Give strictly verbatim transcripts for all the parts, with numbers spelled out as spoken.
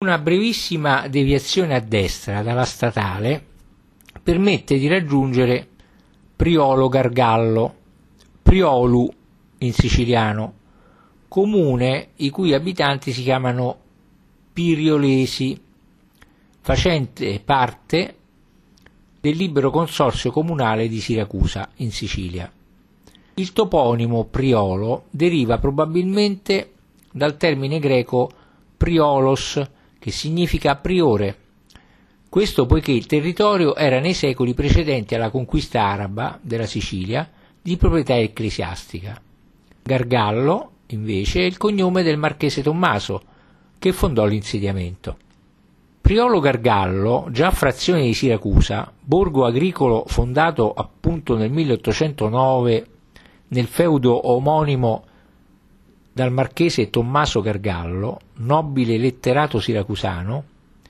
Una brevissima deviazione a destra dalla statale permette di raggiungere Priolo Gargallo, Priolu in siciliano, comune i cui abitanti si chiamano piriolesi, facente parte del libero consorzio comunale di Siracusa in Sicilia. Il toponimo Priolo deriva probabilmente dal termine greco priolos, che significa priore. Questo poiché il territorio era nei secoli precedenti alla conquista araba della Sicilia di proprietà ecclesiastica. Gargallo, invece, è il cognome del marchese Tommaso, che fondò l'insediamento. Priolo Gargallo, già frazione di Siracusa, borgo agricolo fondato appunto nel milleottocentonove nel feudo omonimo dal marchese Tommaso Gargallo, nobile letterato siracusano,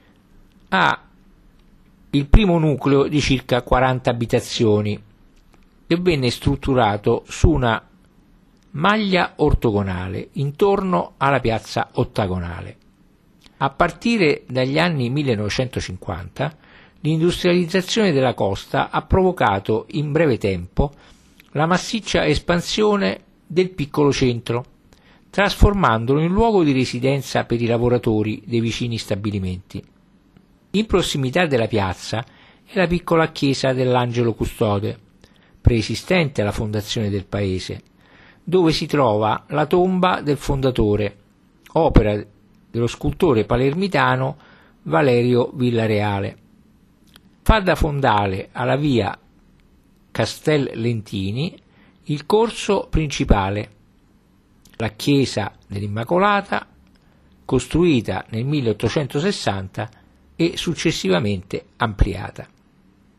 ha il primo nucleo di circa quaranta abitazioni e venne strutturato su una maglia ortogonale intorno alla piazza ottagonale. A partire dagli anni millenovecentocinquanta, l'industrializzazione della costa ha provocato in breve tempo la massiccia espansione del piccolo centro, trasformandolo in luogo di residenza per i lavoratori dei vicini stabilimenti. In prossimità della piazza è la piccola chiesa dell'Angelo Custode, preesistente alla fondazione del paese, dove si trova la tomba del fondatore, opera dello scultore palermitano Valerio Villareale. Fa da fondale alla via Castel Lentini il corso principale, la chiesa dell'Immacolata, costruita nel milleottocentosessanta e successivamente ampliata.